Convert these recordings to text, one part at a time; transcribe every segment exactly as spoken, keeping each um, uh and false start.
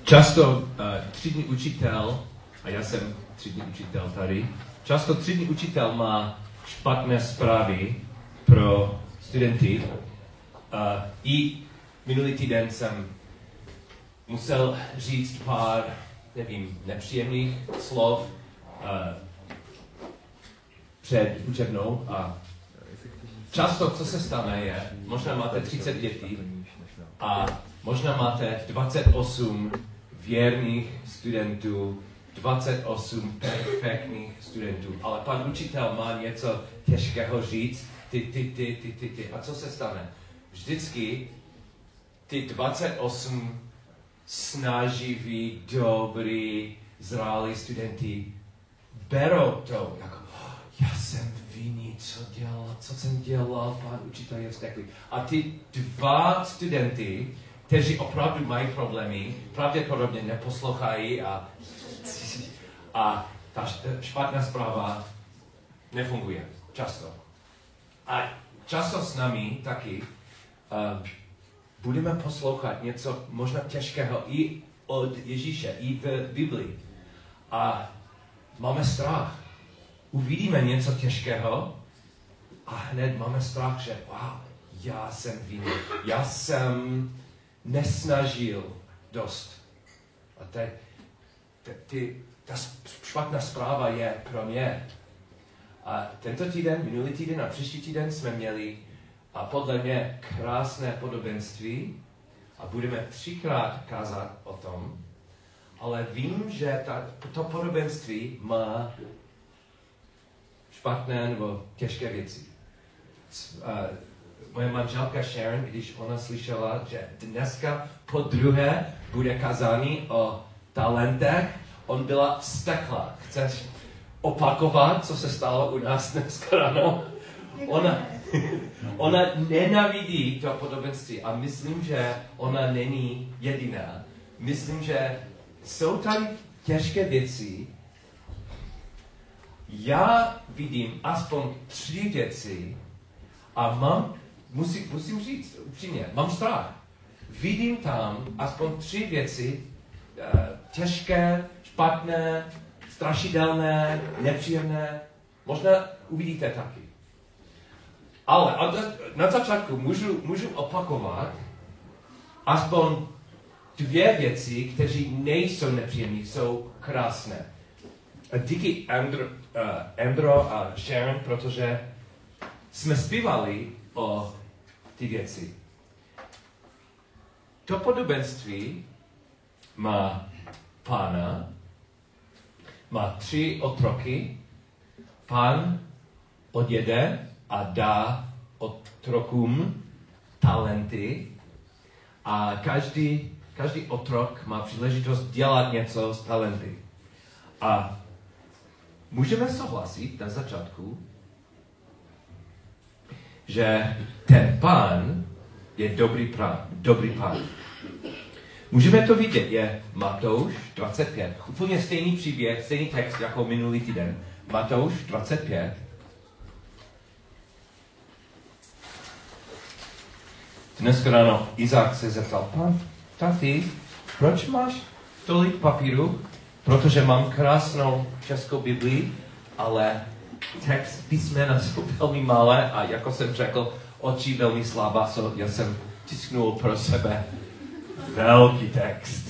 Často uh, třídní učitel, a já jsem třídní učitel tady, často třídní učitel má špatné zprávy pro studenty. Uh, I minulý týden jsem musel říct pár, nevím, nepříjemných slov uh, před učebnou a často, co se stane, je, možná máte třicet dětí a možná máte dvacet osm věrných studentů, dvacet osm perfektních studentů, ale pan učitel má něco těžkého říct, ty, ty, ty, ty, ty, ty. A co se stane? Vždycky ty dvacet osm snaživý, dobrý, zralí studenti berou to, jako, já jsem vinný, co dělal, co jsem dělal, pan učitel je vzteklý. A ty dva studenty, kteří opravdu mají problémy, pravděpodobně neposlouchají a, a ta špatná zpráva nefunguje. Často. A často s námi taky uh, budeme poslouchat něco možná těžkého i od Ježíše, i v Biblii. A máme strach. Uvidíme něco těžkého a hned máme strach, že wow, já jsem vinný, já jsem nesnažil dost. A te, te, ty, ta špatná zpráva je pro mě. A tento týden, minulý týden a příští týden jsme měli a podle mě krásné podobenství a budeme třikrát kázat o tom, ale vím, že ta, to podobenství má špatné nebo těžké věci. Uh, moje manželka Sharon, když ona slyšela, že dneska po druhé bude kázání o talentech, on byla vztekla. Chceš opakovat, co se stalo u nás dneska ráno? Ona, ona nenávidí to podobenství a myslím, že ona není jediná. Myslím, že jsou tam těžké věci. Já vidím aspoň tři věci a mám, musím, musím říct upřímně, mám strach. Vidím tam aspoň tři věci, uh, těžké, špatné, strašidelné, nepříjemné. Možná uvidíte taky. Ale na začátku můžu, můžu opakovat aspoň dvě věci, které nejsou nepříjemné, jsou krásné. A díky Andro, uh, Andro a Sharon, protože jsme zpívali o ty věci. To podobenství má pána, má tři otroky, pán odjede a dá otrokům talenty a každý, každý otrok má příležitost dělat něco s talenty. A můžeme souhlasit na začátku, že ten pán je dobrý pán, dobrý pán. Můžeme to vidět, je Matouš dvacet pět, úplně stejný příběh, stejný text jako minulý týden. Matouš dvacet pět. Dneska ráno Izák se zeptal, pán, tati, proč máš tolik papíru? Protože mám krásnou českou Biblii, ale text písmena jsou velmi malé a jako jsem řekl, oči velmi slabá, so já jsem tisknul pro sebe velký text.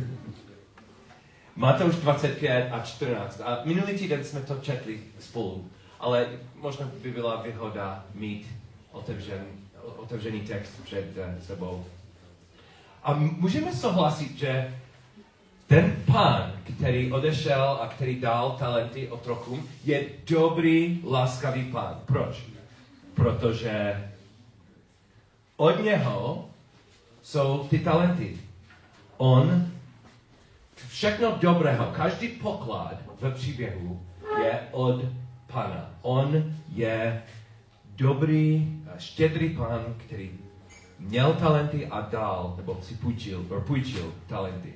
Matouš dvacet pět a čtrnáct. A minulý týden jsme to četli spolu, ale možná by byla výhoda mít otevřený, otevřený text před sebou. A můžeme souhlasit, že ten pán, který odešel a který dal talenty otrokům, je dobrý, láskavý pán. Proč? Protože od něho jsou ty talenty. On všechno dobrého, každý poklad ve příběhu je od Pána. On je dobrý, štědrý pán, který měl talenty a dal, nebo si půjčil, nebo půjčil talenty.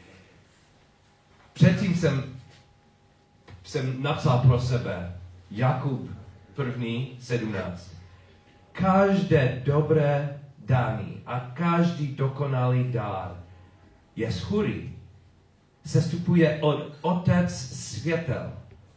Předtím jsem, jsem napsal pro sebe Jakub první sedmnáct. Každé dobré dání a každý dokonalý dár je z hůry, sestupuje od Otec světel,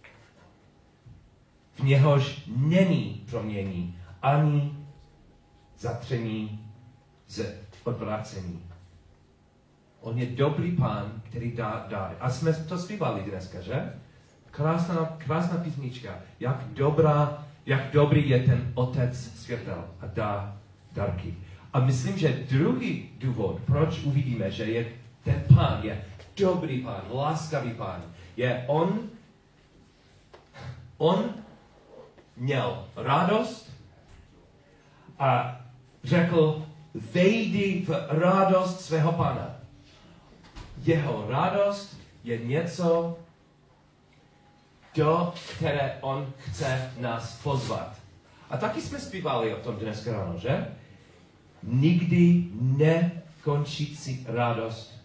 v něhož není promění ani zatření z odvrácení. On je dobrý Pán, který dá dáry. A jsme to zpívali dneska, že? Krásná, krásná písnička. Jak dobrá, jak dobrý je ten Otec světel a dá dárky. A myslím, že druhý důvod, proč uvidíme, že je ten Pán je dobrý Pán, láskavý Pán, je on, on měl radost a řekl, vejdi v radost svého Pána. Jeho radost je něco, do které on chce nás pozvat. A taky jsme zpívali o tom dneska ráno, že? Nikdy nekončící radost.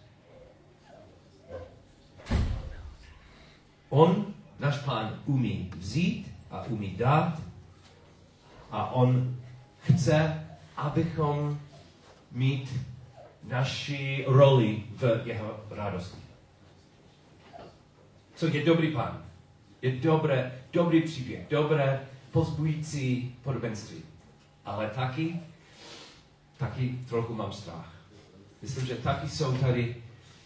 On, náš Pán, umí vzít a umí dát a on chce, abychom mít naši roli v jeho radosti. Co je dobrý Pán. Je dobré, dobrý příběh, dobré povzbudující podobenství. Ale taky, taky trochu mám strach. Myslím, že taky jsou tady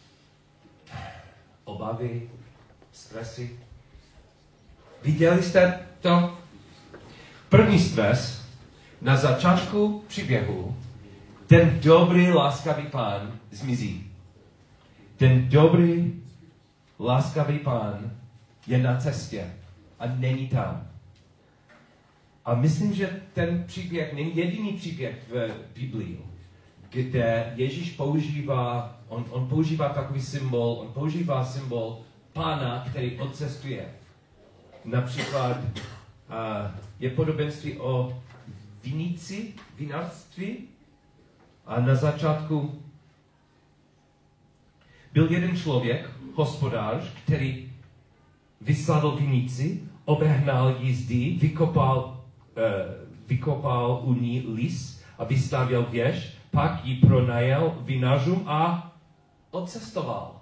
obavy, stresy. Viděli jste to? První stres na začátku příběhu, ten dobrý, láskavý Pán zmizí. Ten dobrý, láskavý Pán je na cestě a není tam. A myslím, že ten příběh není jediný příběh v Biblii, kde Ježíš používá, on, on používá takový symbol, on používá symbol Pána, který odcestuje. Například uh, je podobenství o vinici, vinařství. A na začátku byl jeden člověk, hospodář, který vysadl vinici, obehnal jízdy, vykopal, uh, vykopal u ní lis a vystavěl věž, pak ji pronajal vinařům a odcestoval.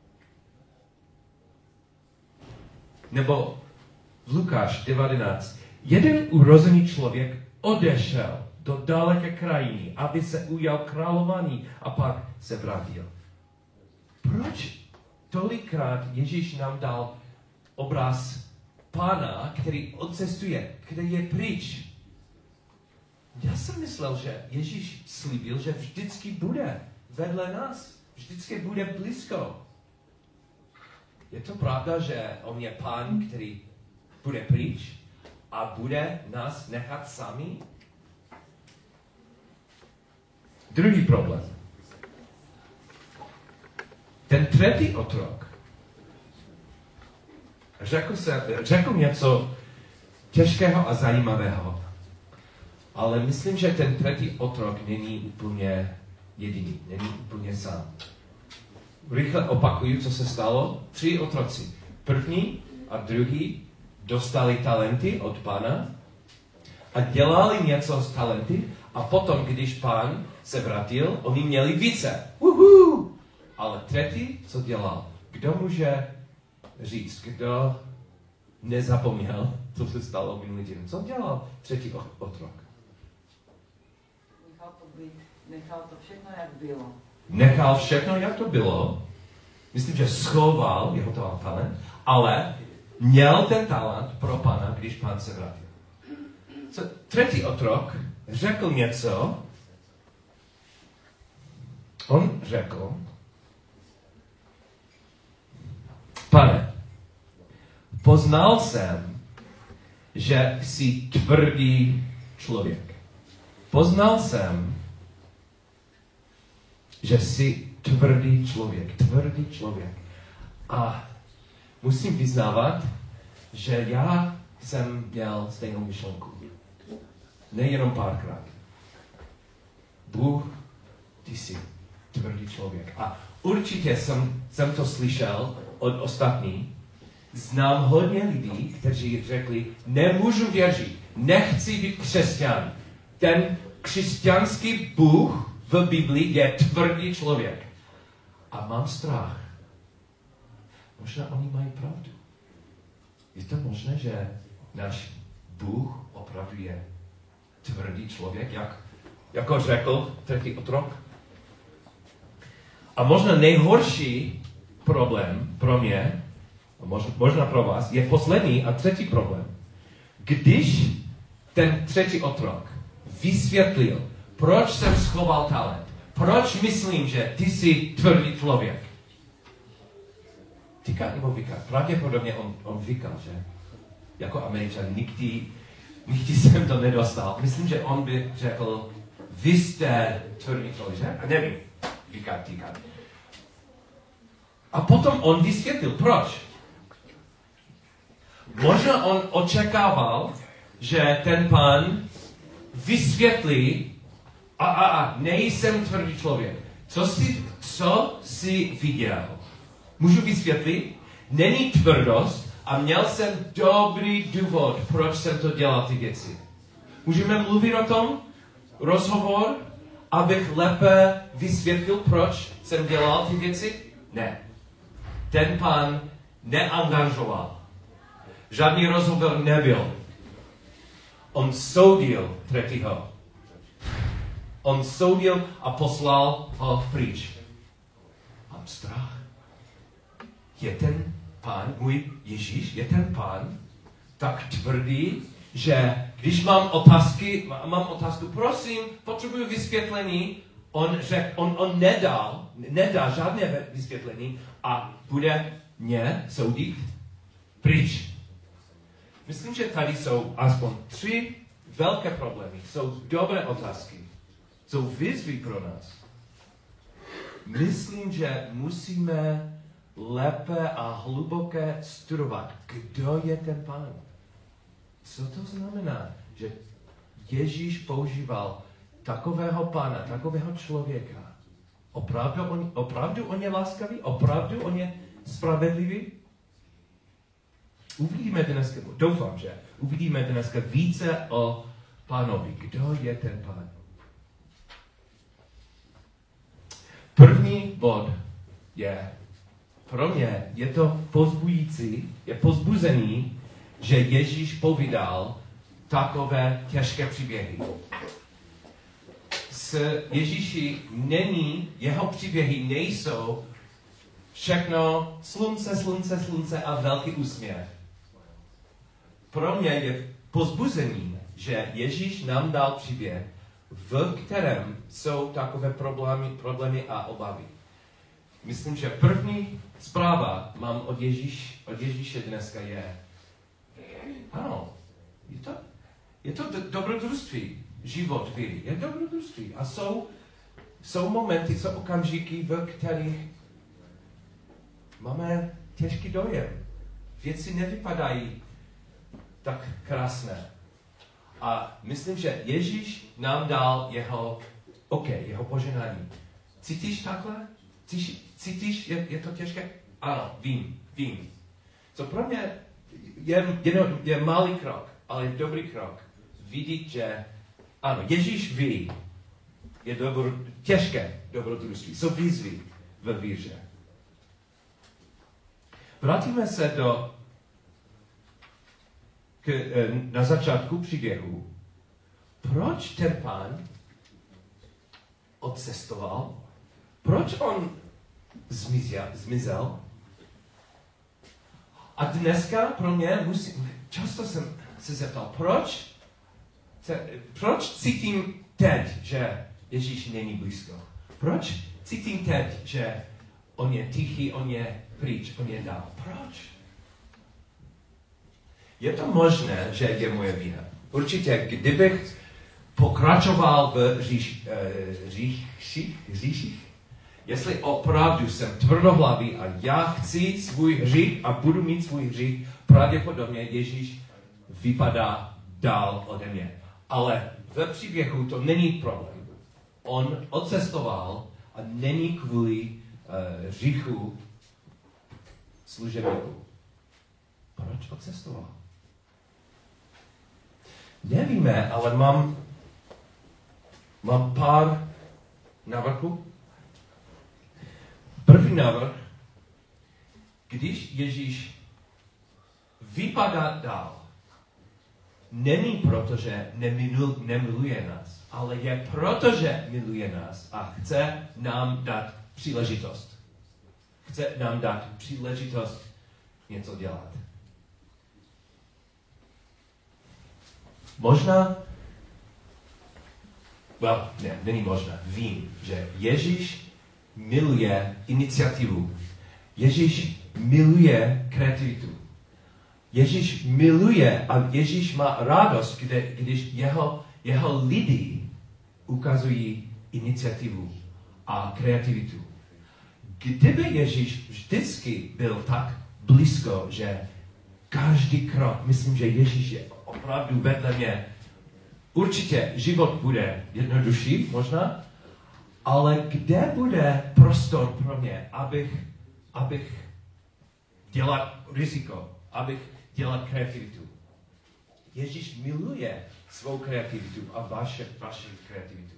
Nebo v Lukáš devatenáct. Jeden urozený člověk odešel do daleké krajiny, aby se ujal králování a pak se vrátil. Proč tolikrát Ježíš nám dal obraz Pána, který odcestuje, který je pryč? Já jsem myslel, že Ježíš slíbil, že vždycky bude vedle nás, vždycky bude blízko. Je to pravda, že on je Pán, který bude pryč a bude nás nechat sami? Druhý problém. Ten třetí otrok řekl, se, řekl něco těžkého a zajímavého. Ale myslím, že ten třetí otrok není úplně jediný, není úplně sám. Rychle opakuju, co se stalo. Tři otroci. První a druhý dostali talenty od Pána a dělali něco s talenty a potom, když Pán se vrátil, oni měli více. Uhu! Ale třetí, co dělal? Kdo může říct, kdo nezapomněl, co se stalo minulý týden? Co dělal třetí otrok? Nechal to být, nechal to všechno, jak bylo. Nechal všechno, jak to bylo. Myslím, že schoval jeho talent, ale měl ten talent pro Pána, když Pán se vrátil. Co, třetí otrok řekl něco. On řekl, Pane, poznal jsem, že jsi tvrdý člověk. Poznal jsem, že jsi tvrdý člověk. Tvrdý člověk. A musím vyznávat, že já jsem měl stejnou myšlenku. Nejenom párkrát. Bůh, ty jsi tvrdý člověk. A určitě jsem, jsem to slyšel od ostatních. Znám hodně lidí, kteří řekli, nemůžu věřit, nechci být křesťan. Ten křesťanský Bůh v Biblii je tvrdý člověk. A mám strach, možná oni mají pravdu. Je to možné, že náš Bůh opravdu je tvrdý člověk, jak, jako řekl třetí otrok? A možná nejhorší problém pro mě, možná pro vás, je poslední a třetí problém. Když ten třetí otrok vysvětlil, proč jsem schoval talent, proč myslím, že ty jsi tvrdý člověk. Týká nebo vyká? Pravděpodobně on, on vykal, že? Jako Američan nikdy, nikdy jsem to nedostal. Myslím, že on by řekl, vy jste tvrdý člověk, že? A nevím, vyká, týká. A potom on vysvětlil, proč. Možná on očekával, že ten pán vysvětlí, a, a, a, nejsem tvrdý člověk. Co jsi, co jsi viděl? Můžu vysvětlit? Není tvrdost a měl jsem dobrý důvod, proč jsem to dělal ty věci. Můžeme mluvit o tom? Rozhovor? Abych lépe vysvětlil, proč jsem dělal ty věci? Ne. Ten pán neangažoval. Žádný rozhovor nebyl. On soudil třetího. On soudil a poslal ho pryč. Mám strach. Je ten pán, můj Ježíš, je ten pán tak tvrdý, že když mám otázky, mám otázku, prosím, potřebuji vysvětlení, on řek, on, on nedal, nedá žádné vysvětlení a bude mě soudit pryč. Myslím, že tady jsou aspoň tři velké problémy. Jsou dobré otázky. Jsou výzvy pro nás. Myslím, že musíme lépe a hluboké studovat, kdo je ten pán. Co to znamená, že Ježíš používal takového pána, takového člověka. Opravdu on, opravdu on je láskavý? Opravdu on je spravedlivý? Uvidíme dneska, doufám, že uvidíme dneska více o pánovi. Kdo je ten pán? První bod je, pro mě je to pozbující, je pozbuzený, že Ježíš povídal takové těžké příběhy. S Ježíši není, jeho příběhy nejsou všechno slunce, slunce, slunce a velký úsměv. Pro mě je pozbuzení, že Ježíš nám dal příběh, v kterém jsou takové problémy, problémy a obavy. Myslím, že první zpráva mám od, Ježíš, od Ježíše dneska je, ano, je to, je to do, dobrodružství, život víry, je dobrodružství. A jsou, jsou momenty, jsou okamžiky, v kterých máme těžký dojem. Věci nevypadají tak krásné. A myslím, že Ježíš nám dal jeho, OK, jeho poženání. Cítíš takhle? Cítíš, cítíš je, je to těžké? Ano, vím, vím. Co pro mě je, je, je malý krok, ale je dobrý krok. Vidět, že ano, Ježíš ví, je dobro, těžké dobrodružství, jsou výzvy ve víře. Vrátíme se do k, na začátku příběhu. Proč ten pán odcestoval? Proč on zmizel? zmizel? A dneska pro mě musím, často jsem se zeptal, proč, proč cítím teď, že Ježíš není blízko? Proč cítím teď, že on je tichý, on je pryč, on je dál? Proč? Je to možné, že je moje vina. Určitě, kdybych pokračoval v říš, uh, říších, říších, jestli opravdu jsem tvrdohlavý a já chci svůj hřích a budu mít svůj hřích, pravděpodobně Ježíš vypadá dál ode mě. Ale ve příběhu to není problém. On odcestoval a není kvůli uh, hříchu služebníků. Proč odcestoval? Nevíme, ale mám, mám pár návrhů. První návrh když Ježíš vypadá dál, není proto, že neminul, nemiluje nás, ale je proto, že miluje nás a chce nám dát příležitost. Chce nám dát příležitost něco dělat. Možná, well, ne, není možná, vím, že Ježíš miluje iniciativu. Ježíš miluje kreativitu. Ježíš miluje a Ježíš má radost, kde, když jeho, jeho lidi ukazují iniciativu a kreativitu. Kdyby Ježíš vždycky byl tak blízko, že každý krok, myslím, že Ježíš je opravdu vedle mě, určitě život bude jednodušší, možná, ale kde bude prostor pro mě, abych, abych dělat riziko, abych dělat kreativitu. Ježíš miluje svou kreativitu a vaše, vaši kreativitu.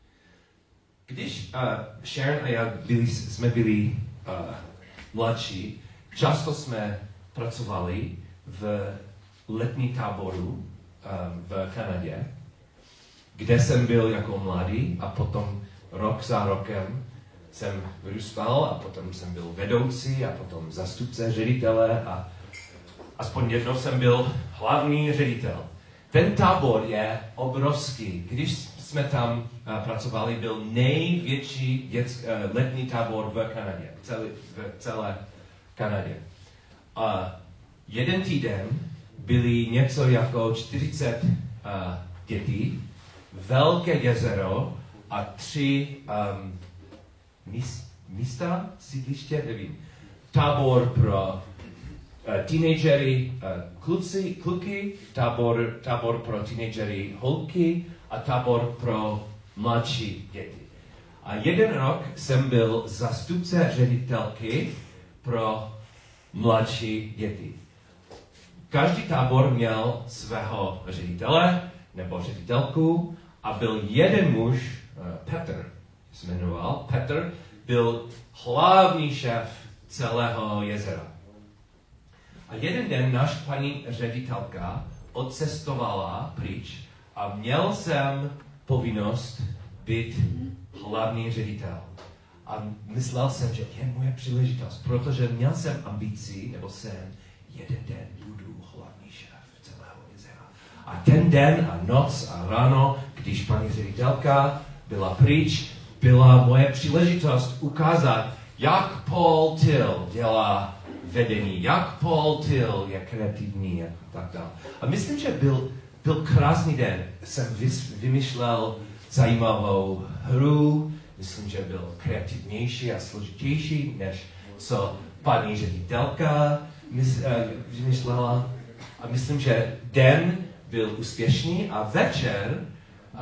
Když uh, Sharon a já byli, jsme byli uh, mladší, často jsme pracovali v letní táboru um, v Kanadě, kde jsem byl jako mladý a potom rok za rokem jsem vyrůstal a potom jsem byl vedoucí a potom zastupce ředitele a aspoň jednou jsem byl hlavní ředitel. Ten tábor je obrovský. Když jsme tam uh, pracovali, byl největší dět, uh, letní tábor v Kanadě, celé, v celé Kanadě. A jeden týden byli něco jako čtyřicet uh, dětí, velké jezero a tři um, míst, místa, sídliště, nevím. Tábor pro uh, teenagery, uh, kluci, kluky, tábor, tábor pro teenagery, holky a tábor pro mladší děti. A jeden rok jsem byl zástupce ředitelky pro mladší děti. Každý tábor měl svého ředitele nebo ředitelku a byl jeden muž, Petr se jmenoval, Petr byl hlavní šéf celého jezera. A jeden den náš paní ředitelka odcestovala pryč a měl jsem povinnost být hlavní ředitel. A myslel jsem, že je moje příležitost, protože měl jsem ambici, nebo jsem, jeden den budu hlavní šéf celého jezera. A ten den a noc a ráno, když paní ředitelka byla pryč, byla moje příležitost ukázat, jak Paul Till dělá vedení, jak Paul Till je kreativní a tak dále. A myslím, že byl, byl krásný den. Jsem vymýšlel zajímavou hru, myslím, že byl kreativnější a složitější, než co paní ředitelka vymýšlela. A myslím, že den byl úspěšný a večer a,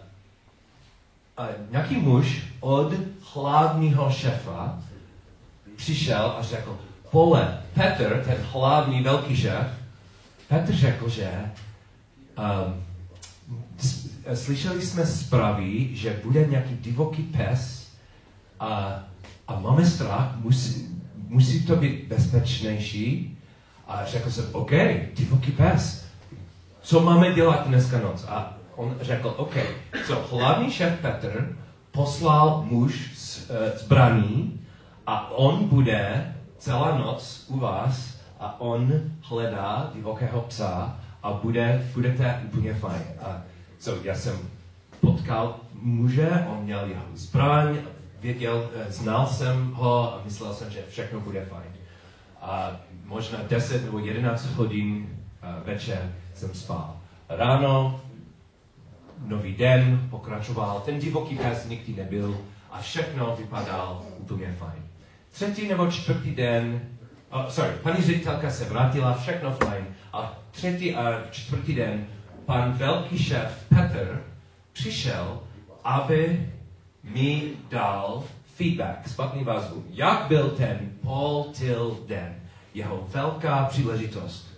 a nějaký muž od hlavního šéfa přišel a řekl, Pole, Petr, ten hlavní velký šéf, Petr řekl, že um, slyšeli jsme zprávy, že bude nějaký divoký pes a, a máme strach, musí, musí to být bezpečnější. A řekl jsem, OK, divoký pes, co máme dělat dneska noc? A on řekl, OK, so hlavní šéf Petr poslal muž s uh, zbraní a on bude celá noc u vás a on hledá divokého psa a bude, budete úplně fajn. A so, já jsem potkal muže, on měl jeho zbraň, věděl, znal jsem ho a myslel jsem, že všechno bude fajn. A možná deset nebo jedenáct hodin uh, večer jsem spal. Ráno, nový den, pokračoval, ten divoký pes nikdy nebyl a všechno vypadalo úplně fajn. Třetí nebo čtvrtý den, oh, sorry, paní ředitelka se vrátila, všechno fajn. A třetí a čtvrtý den pan velký šéf Petr přišel, aby mi dal feedback, zpětný vazbu. Jak byl ten Paul Till den? Jeho velká příležitost.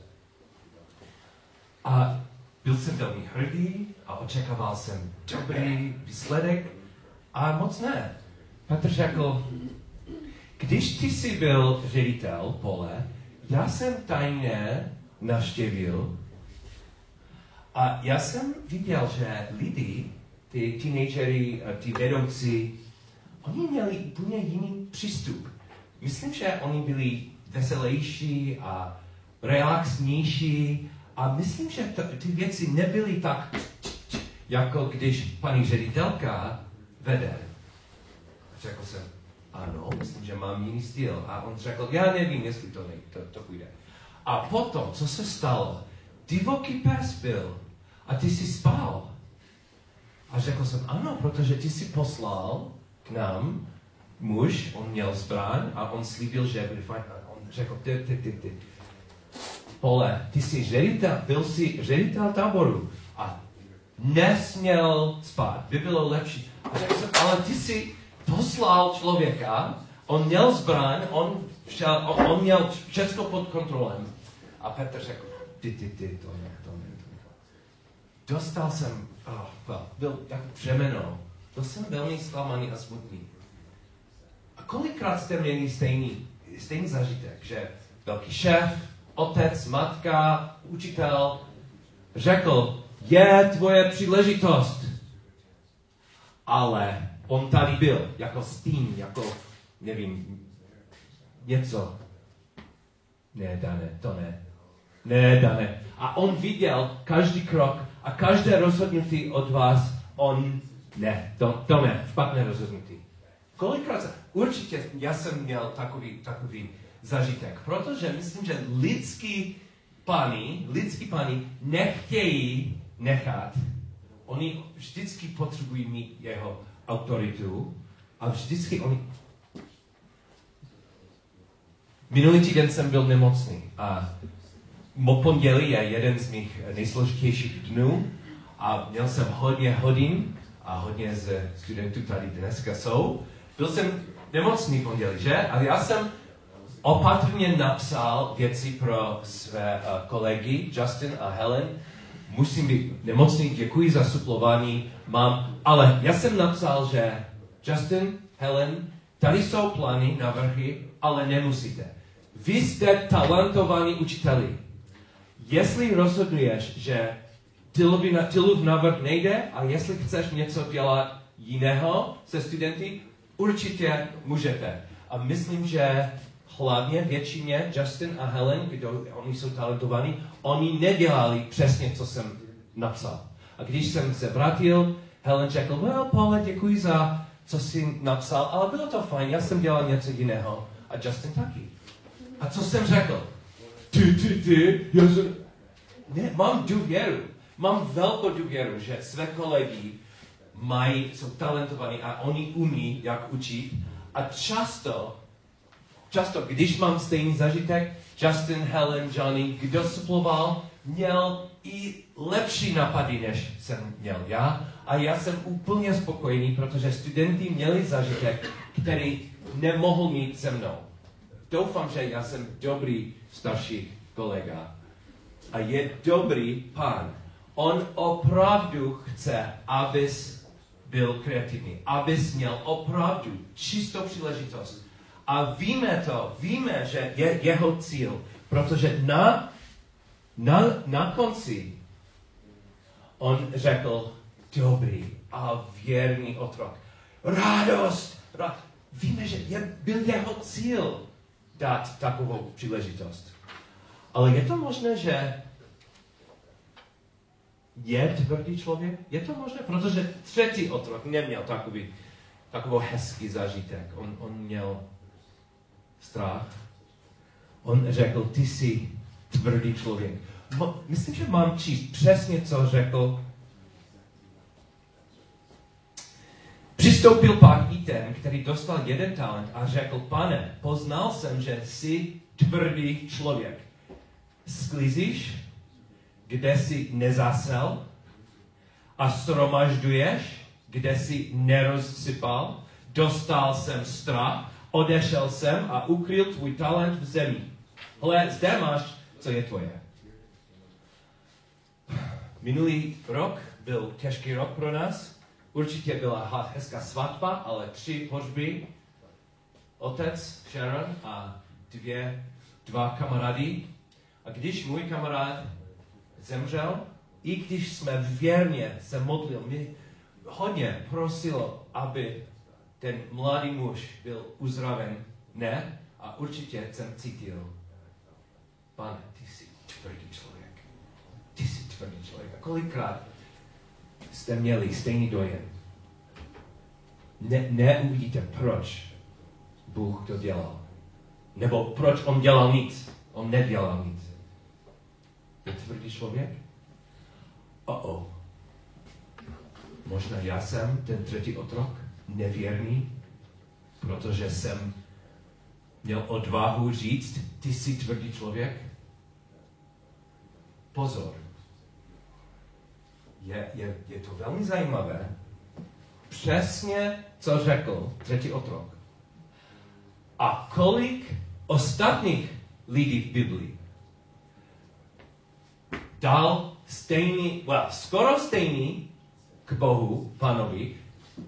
A byl jsem velmi hrdý a očekával jsem dobrý výsledek a moc ne. Petr řekl, když ty jsi byl ředitel pole, já jsem tajně navštěvil a já jsem viděl, že lidi, ty teenagery, ty vedoucí, oni měli úplně jiný přístup. Myslím, že oni byli veselější a relaxnější a myslím, že to, ty věci nebyly tak, jako když paní ředitelka vede. Řekl jsem, ano, myslím, že mám jiný styl. A on řekl, já nevím, jestli to, ne, to, to půjde. A potom, co se stalo? Divoký pes byl a ty jsi spal. A řekl jsem, ano, protože ty jsi poslal k nám muž, on měl zbraň a on slíbil, že bude fajn. A on řekl, ty, ty, ty, ty. Pole, ty jsi ředitel, byl jsi ředitel táboru a nesměl spát, by bylo lepší. A řekl jsem, ale ty jsi poslal člověka, on měl zbraň, on, šel, on, on měl všechno pod kontrolem. A Petr řekl, ty, ty, ty, to ne, to ne, to ne. Dostal jsem, oh, well, byl jako břemeno. Byl jsem velmi zklamaný a smutný. A kolikrát jste měli stejný, stejný zažitek, že velký šéf, otec, matka, učitel řekl, je tvoje příležitost. Ale on tady byl, jako stín, jako, nevím, něco. Ne, Dane, to ne. Ne, Dane. A on viděl každý krok a každé rozhodnutí od vás, on, ne, to, to ne, špatné rozhodnutí. Kolikrát se, určitě já jsem měl takový, takový zažitek, protože myslím, že lidský páni, lidský páni nechtějí nechat, oni vždycky potřebují mít jeho autoritu a vždycky oni... Minulý týden jsem byl nemocný a pondělí je jeden z mých nejsložitějších dnů a měl jsem hodně hodin a hodně z studentů tady dneska jsou. Byl jsem nemocný pondělí, že? A já jsem opatrně napsal věci pro své uh, kolegy Justin a Helen. Musím být nemocný, děkuji za suplování, mám, ale já jsem napsal, že Justin, Helen, tady jsou plány, návrhy, ale nemusíte. Vy jste talentovaní učiteli. Jestli rozhoduješ, že Tylův návrh nejde a jestli chceš něco dělat jiného se studenty, určitě můžete. A myslím, že hlavně většině Justin a Helen, kdo oni jsou talentovaní, oni nedělali přesně, co jsem napsal. A když jsem se vrátil, Helen řekl, well, Paule, děkuji za, co jsi napsal, ale bylo to fajn, já jsem dělal něco jiného. A Justin taky. A co jsem řekl? Ty, ty, ty, já jsem... Ne, mám důvěru. Mám velkou důvěru, že své kolegy mají, jsou talentovaní a oni umí, jak učit. A často, často, když mám stejný zažitek, Justin, Helen, Johnny, kdo suploval, měl i lepší napady, než jsem měl já. A já jsem úplně spokojený, protože studenti měli zažitek, který nemohl mít se mnou. Doufám, že já jsem dobrý starší kolega. A je dobrý pán. On opravdu chce, abys byl kreativní, abys měl opravdu čistou příležitost. A víme to, víme, že je jeho cíl, protože na, na, na konci on řekl, dobrý a věrný otrok. Radost! Ra- víme, že je, byl jeho cíl dát takovou příležitost. Ale je to možné, že je tvrdý člověk? Je to možné? Protože třetí otrok neměl takový, takový hezký zážitek. On, on měl strach. On řekl, ty jsi tvrdý člověk. Mo, myslím, že mám číst přesně, co řekl. Přistoupil pak i ten, který dostal jeden talent a řekl, pane, poznal jsem, že jsi tvrdý člověk. Sklízíš, kde jsi nezasel a shromažďuješ, kde jsi nerozsypal, dostal jsem strach, odešel jsem a ukryl tvůj talent v zemi. Hle, zde máš, co je tvoje. Minulý rok byl těžký rok pro nás. Určitě byla hezká svatba, ale tři pohřby. otec Sharon a dvě, dva kamarády. A když můj kamarád zemřel, i když jsme věrně se modlil, mi hodně prosilo, aby ten mladý muž byl uzdraven, ne? A určitě jsem cítil, Pane, ty jsi tvrdý člověk. Ty jsi tvrdý člověk. A kolikrát jste měli stejný dojem? Ne, neuvidíte, proč Bůh to dělal. Nebo proč on dělal nic. On nedělal nic. Je tvrdý člověk? Oh-oh. Možná já jsem ten třetí otrok, nevěrný, protože jsem měl odvahu říct, ty jsi tvrdý člověk? Pozor. Je, je, je to velmi zajímavé. Přesně, co řekl třetí otrok. A kolik ostatních lidí v Biblii dal stejný, well, skoro stejný k Bohu, Pánovi,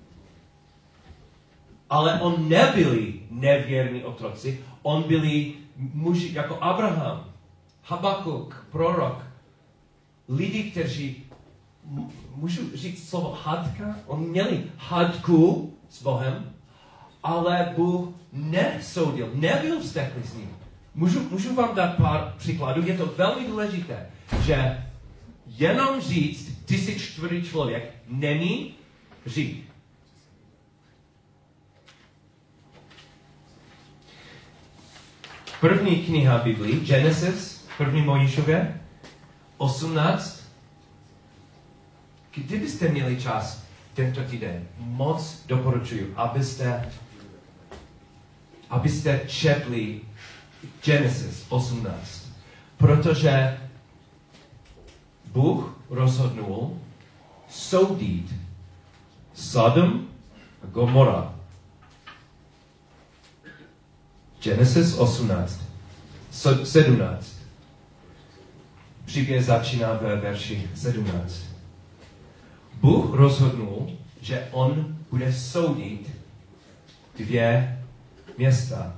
ale on nebyli nevěrní otroci, on byli muži jako Abraham, Habakuk, prorok, lidi, kteří, můžu říct slovo hádka, oni měli hádku s Bohem, ale Bůh nesoudil, nebyl vzteklý s ním. Můžu, můžu vám dát pár příkladů, je to velmi důležité, že jenom říct, ty jsi čtvrtý člověk, není říct. První kniha Biblii, Genesis, první Mojžíšově, osmnáct. Kdybyste měli čas tento týden, moc doporučuji, abyste, abyste četli Genesis osmnáct. Protože Bůh rozhodnul soudit Sodom a Gomora. Genesis osmnáct, sedmnáct. Příběh začíná ve verši sedmnáct. Bůh rozhodnul, že on bude soudit dvě města.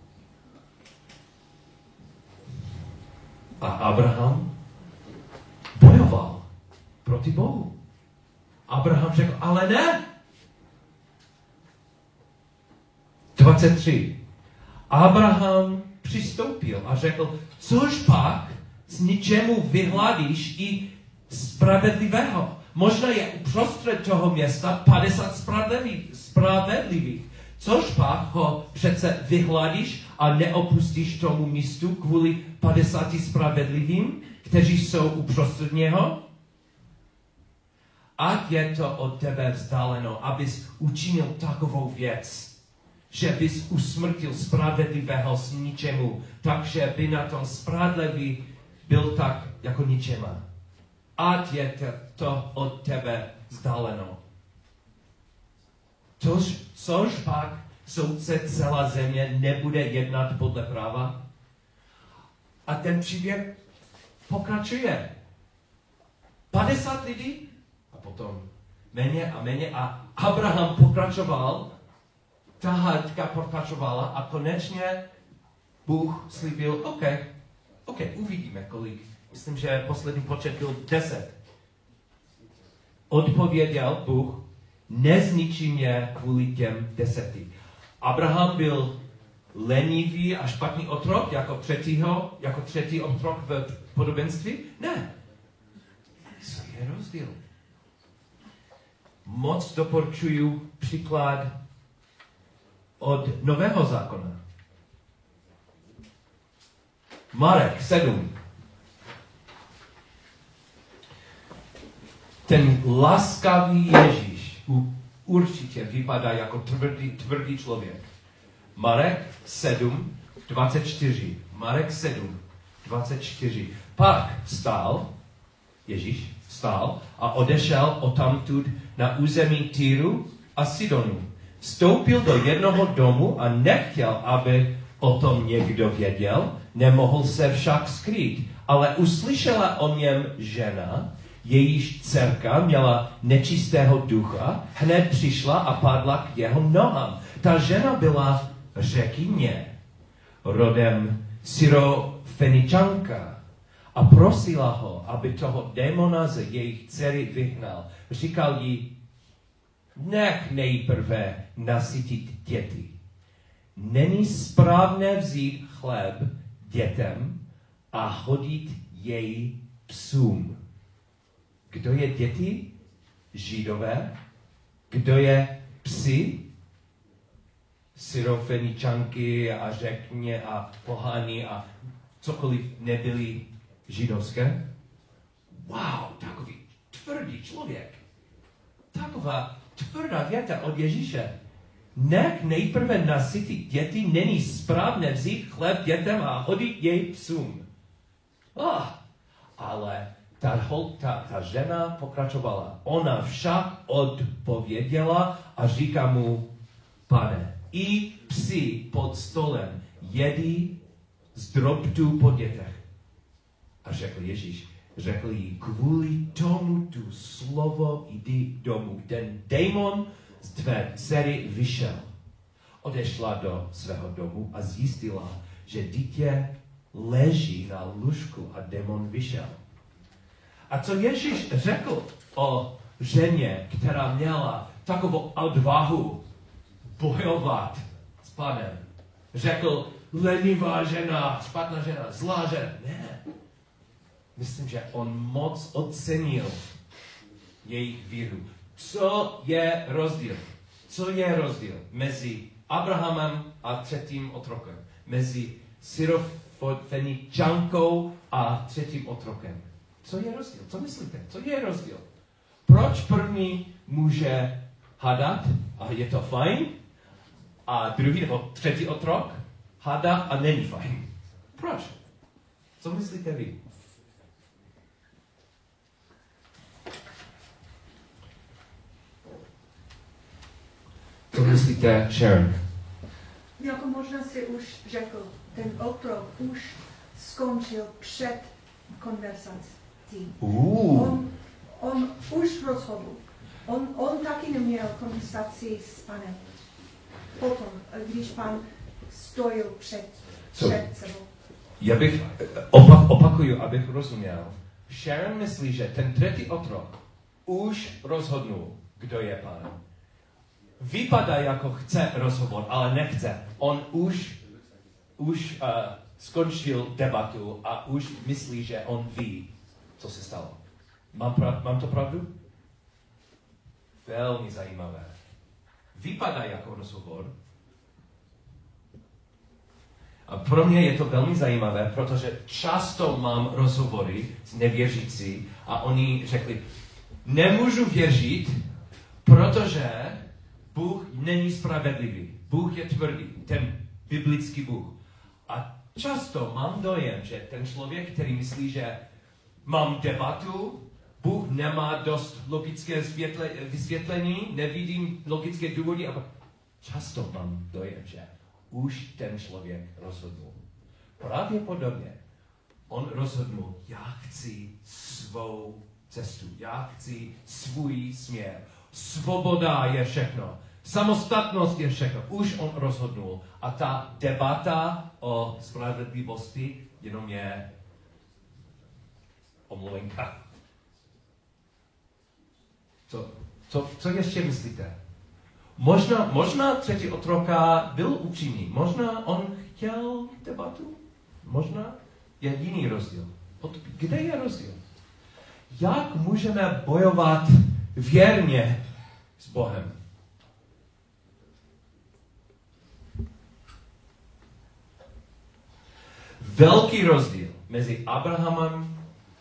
A Abraham bojoval proti Bohu. Abraham řekl, ale ne. dvacet tři. Abraham přistoupil a řekl, což pak z ničemu vyhladíš i spravedlivého. Možná je uprostřed toho města padesát spravedlivých, spravedlivých. Což pak ho přece vyhladíš a neopustíš tomu místu kvůli padesáti spravedlivým, kteří jsou uprostřed něho? Ať je to od tebe vzdáleno, abys učinil takovou věc, že bys usmrtil spravedlivého s ničemu, takže by na tom spravedlivý byl tak jako ničema. Ať je to od tebe vzdáleno. Tož, což pak soudce celá země nebude jednat podle práva? A ten příběh pokračuje. padesát lidí a potom méně a méně a Abraham pokračoval, ta hádka pokračovala a konečně Bůh slíbil, OK, OK, uvidíme kolik. Myslím, že poslední počet byl deset. Odpověděl Bůh, nezničí mě kvůli těm deseti. Abraham byl lenivý a špatný otrok jako třetího, jako třetí otrok v podobenství? Ne. Co je rozdíl? Moc doporučuji příklad od Nového zákona. Marek sedm. Ten laskavý Ježíš určitě vypadá jako tvrdý, tvrdý člověk. Marek sedm, dvacet čtyři. Marek sedm, dvacet čtyři. Pak vstal, Ježíš vstal a odešel odtamtud na území Týru a Sidonu. Vstoupil do jednoho domu a nechtěl, aby o tom někdo věděl, nemohl se však skrýt, ale uslyšela o něm žena, jejíž dcerka měla nečistého ducha, hned přišla a padla k jeho nohám. Ta žena byla řekyně, rodem Syrofeničanka, a prosila ho, aby toho démona ze jejich dcery vyhnal. Říkal jí, nech nejprve nasytit děti. Není správné vzít chléb dětem a hodit jej psům. Kdo je děti? Židové. Kdo je psy? Syrofeničanky a řekně a pohany a cokoliv nebyli židovské. Wow, takový tvrdý člověk. Taková tvrdá věta od Ježíše. Nech nejprve nasytit děti, není správné vzít chléb dětem a hodit jej psům. Ah, ale ta, hol, ta, ta žena pokračovala. Ona však odpověděla a říká mu, pane, i psi pod stolem jedí z drobtů po dětech. A řekl Ježíš, řekl jí, kvůli tomu tu slovo jdi domů. Ten démon z tvé dcery vyšel. Odešla do svého domu a zjistila, že dítě leží na lůžku a démon vyšel. A co Ježíš řekl o ženě, která měla takovou odvahu bojovat s Panem? Řekl, lenivá žena, špatná žena, zlá žena. Ne. Myslím, že on moc ocenil jejich víru. Co je rozdíl? Co je rozdíl mezi Abrahamem a třetím otrokem? Mezi Syrofeničankou a třetím otrokem? Co je rozdíl? Co myslíte? Co je rozdíl? Proč první může hadat a je to fajn? A druhý nebo třetí otrok hada a není fajn? Proč? Co myslíte vy? Co myslíte, Sharon? Jako možná si už řekl, ten otrok už skončil před konverzací. Uh. On, on už rozhodl. On, on taky neměl konverzaci s Panem. Potom, když Pan stojil před, so, před sebou. Já bych, opak, opakuju, abych rozuměl. Sharon myslí, že ten třetí otrok už rozhodnul, kdo je Pán. Vypadá jako chce rozhovor, ale nechce. On už, už uh, skončil debatu a už myslí, že on ví, co se stalo. Mám, prav, mám to pravdu? Velmi zajímavé. Vypadá jako rozhovor. A pro mě je to velmi zajímavé, protože často mám rozhovory s nevěřící a oni řekli, nemůžu věřit, protože Bůh není spravedlivý. Bůh je tvrdý, ten biblický Bůh. A často mám dojem, že ten člověk, který myslí, že mám debatu, Bůh nemá dost logické vysvětlení, nevidím logické důvody, a často mám dojem, že už ten člověk rozhodnul. Pravděpodobně on rozhodnul, já chci svou cestu, já chci svůj směr. Svoboda je všechno. Samostatnost je všechno. Už on rozhodnul. A ta debata o spravedlivosti jenom je omluvenka. Co, co, co ještě myslíte? Možná, možná třetí otroka byl upřímný. Možná on chtěl debatu. Možná je jiný rozdíl. Kde je rozdíl? Jak můžeme bojovat věrně s Bohem? Velký rozdíl mezi Abrahamem,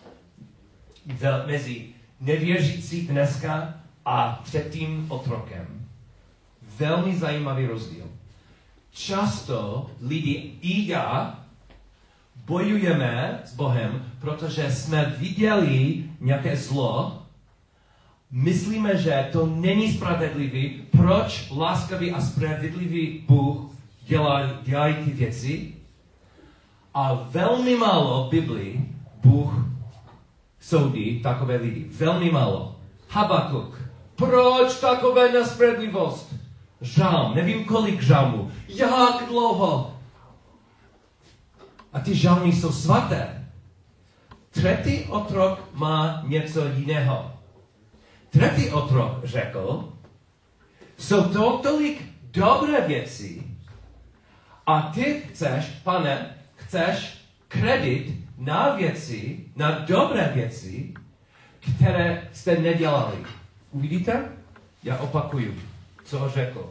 mezi nevěřící dneska a třetím otrokem. Velmi zajímavý rozdíl. Často lidi i já bojujeme s Bohem, protože jsme viděli nějaké zlo, myslíme, že to není spravedlivý, proč láskavý a spravedlivý Bůh dělá, dělají ty věci. A velmi málo v Biblii Bůh soudí takové lidi. Velmi málo. Habakuk. Proč takové nespravedlivost? žálm, nevím kolik žálmů, jak dlouho. A ty žálmy jsou svaté. Třetí otrok má něco jiného. Třetí otrok řekl, jsou to tolik dobré věci a ty chceš, pane, chceš kredit na věci, na dobré věci, které jste nedělali. Uvidíte? Já opakuju, co řekl.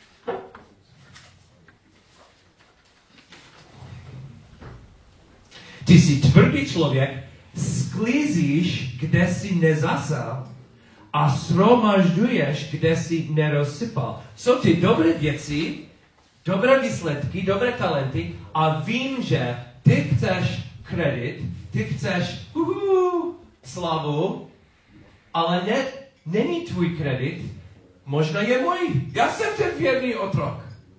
Ty jsi tvrdý člověk, sklízíš, kde jsi nezasal a shromažďuješ, kde jsi nerozsypal. Jsou ty dobré věci, dobré výsledky, dobré talenty a vím, že ty chceš kredit, ty chceš uhu, slavu, ale ne, není tvůj kredit, možná je můj. Já jsem ten věrný otrok.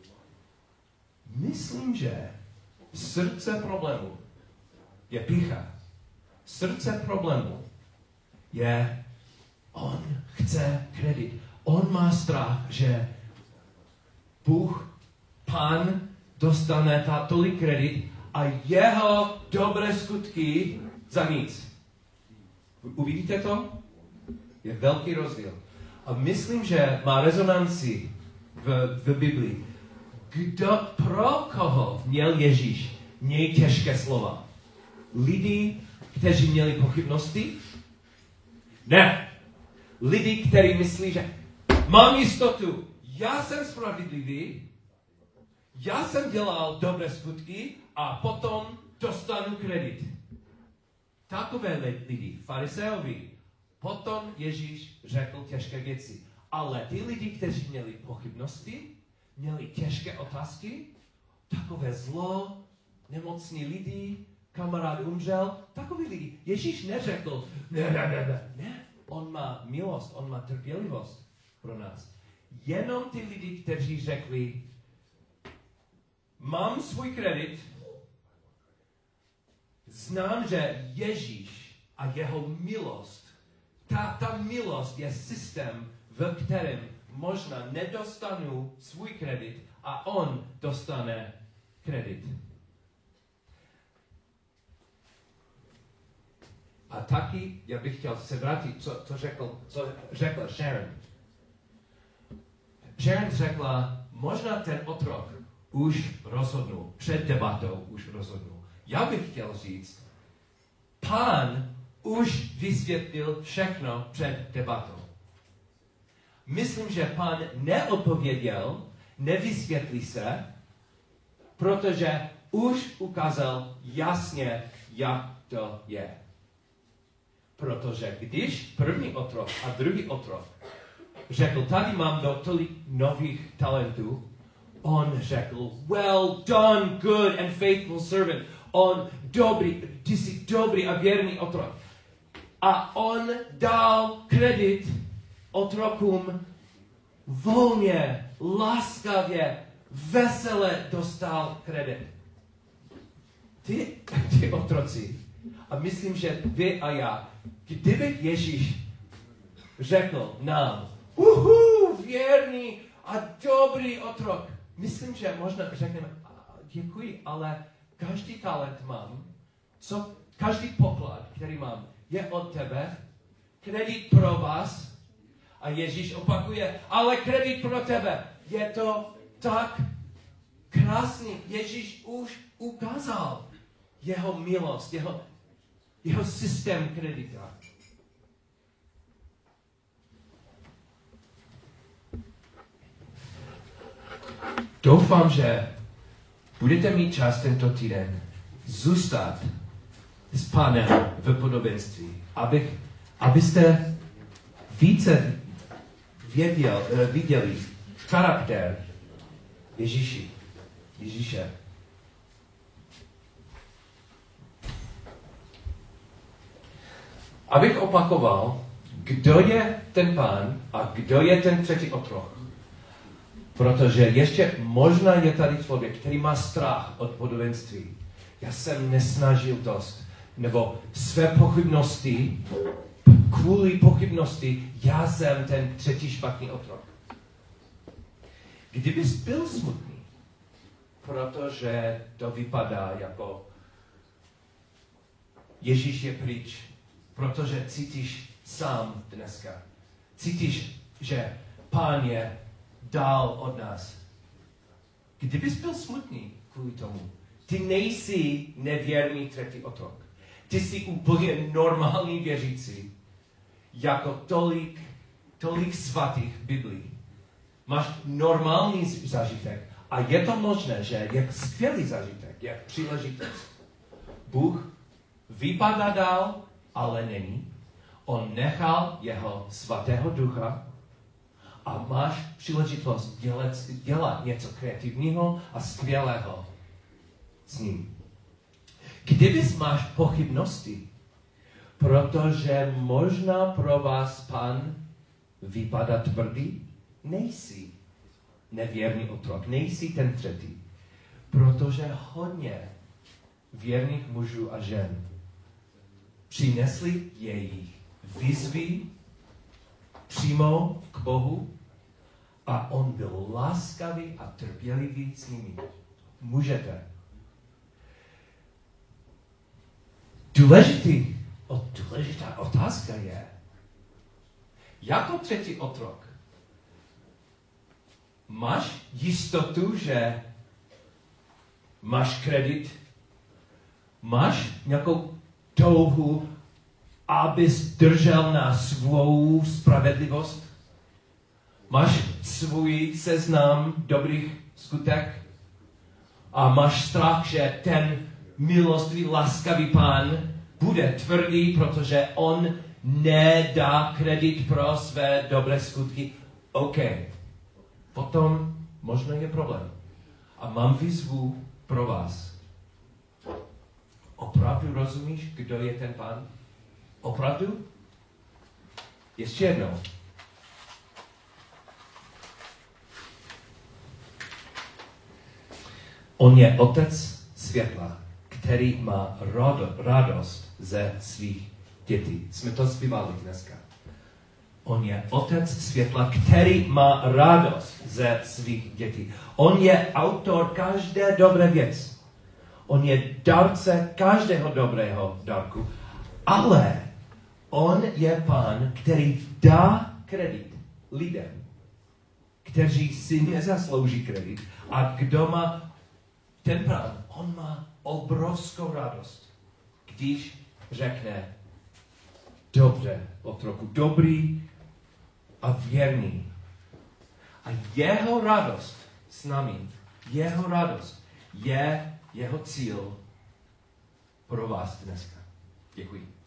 Myslím, že srdce problému je pýcha. Srdce problému je, on chce kredit. On má strach, že Bůh, Pán, dostane ta tolik kredit a jeho dobré skutky za nic. Uvidíte to? Je velký rozdíl. A myslím, že má rezonanci v, v Biblii. Kdo, pro koho měl Ježíš nejtěžké slova? Lidi, kteří měli pochybnosti? Ne. Lidi, kteří myslí, že mám jistotu, já jsem spravedlivý, já jsem dělal dobré skutky a potom dostanu kredit. Takové lidi, fariseovi, potom Ježíš řekl těžké věci. Ale ty lidi, kteří měli pochybnosti, měli těžké otázky, takové zlo, nemocní lidi, kamarád umřel, takový lidi. Ježíš neřekl, ne, ne, ne, ne, ne. On má milost, on má trpělivost pro nás. Jenom ty lidi, kteří řekli, mám svůj kredit, znám, že Ježíš a jeho milost, ta, ta milost je systém, v kterém možná nedostanu svůj kredit a on dostane kredit. A taky, já bych chtěl se vrátit, co, co, řekl, co řekla Sharon. Sharon řekla, možná ten otrok už rozhodnul, před debatou už rozhodnul. Já bych chtěl říct, Pán už vysvětlil všechno před debatou. Myslím, že Pán neodpověděl, nevysvětlí se, protože už ukázal jasně, jak to je. Protože když první otrok a druhý otrok řekl, tady mám do tolik nových talentů, on řekl, well done, good and faithful servant. On dobrý, ty jsi dobrý a věrný otrok. A on dal kredit otrokům volně, laskavě, vesele dostal kredit. Ty, ty otroci, a myslím, že vy a já, kdyby Ježíš řekl nám, uhu, věrný a dobrý otrok, myslím, že možná řekneme, děkuji, ale každý talent mám, co, každý poklad, který mám, je od tebe, kredit pro vás, a Ježíš opakuje, ale kredit pro tebe, je to tak krásný. Ježíš už ukázal jeho milost, jeho, jeho systém kredita. Doufám, že budete mít čas tento týden zůstat s Pánem v podobenství, abych, abyste více věděl, viděli charakter Ježíši, Ježíše. Abych opakoval, kdo je ten Pán a kdo je ten třetí otrok. Protože ještě možná je tady člověk, který má strach od podobenství. Já jsem nesnažil dost. Nebo své pochybnosti, kvůli pochybnosti, já jsem ten třetí špatný otrok. Kdybys byl smutný, protože to vypadá jako Ježíš je pryč, protože cítíš sám dneska. Cítíš, že Pán je dál od nás. Kdybys byl smutný kvůli tomu, ty nejsi nevěrný třetí otrok. Ty jsi úplně normální věřící, jako tolik, tolik svatých v Biblii. Máš normální zážitek a je to možné, že je skvělý zážitek, je příležitost. Bůh vypadá dál, ale není. On nechal jeho svatého ducha a máš příležitost dělat, dělat něco kreativního a skvělého s ním. Kdybys máš pochybnosti, protože možná pro vás Pán vypadá tvrdý, nejsi nevěrný otrok, nejsi ten třetí, protože hodně věrných mužů a žen přinesli jejich výzvy přímo k Bohu a on byl láskavý a trpělivý s nimi. Můžete. Důležitý, o, důležitá otázka je, jako třetí otrok, máš jistotu, že máš kredit, máš nějakou touhu, abys držel na svou spravedlivost? Máš svůj seznam dobrých skutek? A máš strach, že ten milostivý, laskavý Pán bude tvrdý, protože on nedá kredit pro své dobré skutky? OK. Potom možná je problém. A mám výzvu pro vás. Opravdu rozumíš, kdo je ten Pán? Opravdu? Ještě jednou. On je otec světla, který má radost ze svých dětí. Jsme to zpívali dneska. On je otec světla, který má radost ze svých dětí. On je autor každé dobré věci. On je dárce každého dobrého dárku. Ale on je Pán, který dá kredit lidem, kteří si nezaslouží kredit. A kdo má ten Pán, on má obrovskou radost, když řekne dobře, otroku, dobrý a věrný. A jeho radost s námi, jeho radost je jeho cíl pro vás dneska. Děkuji.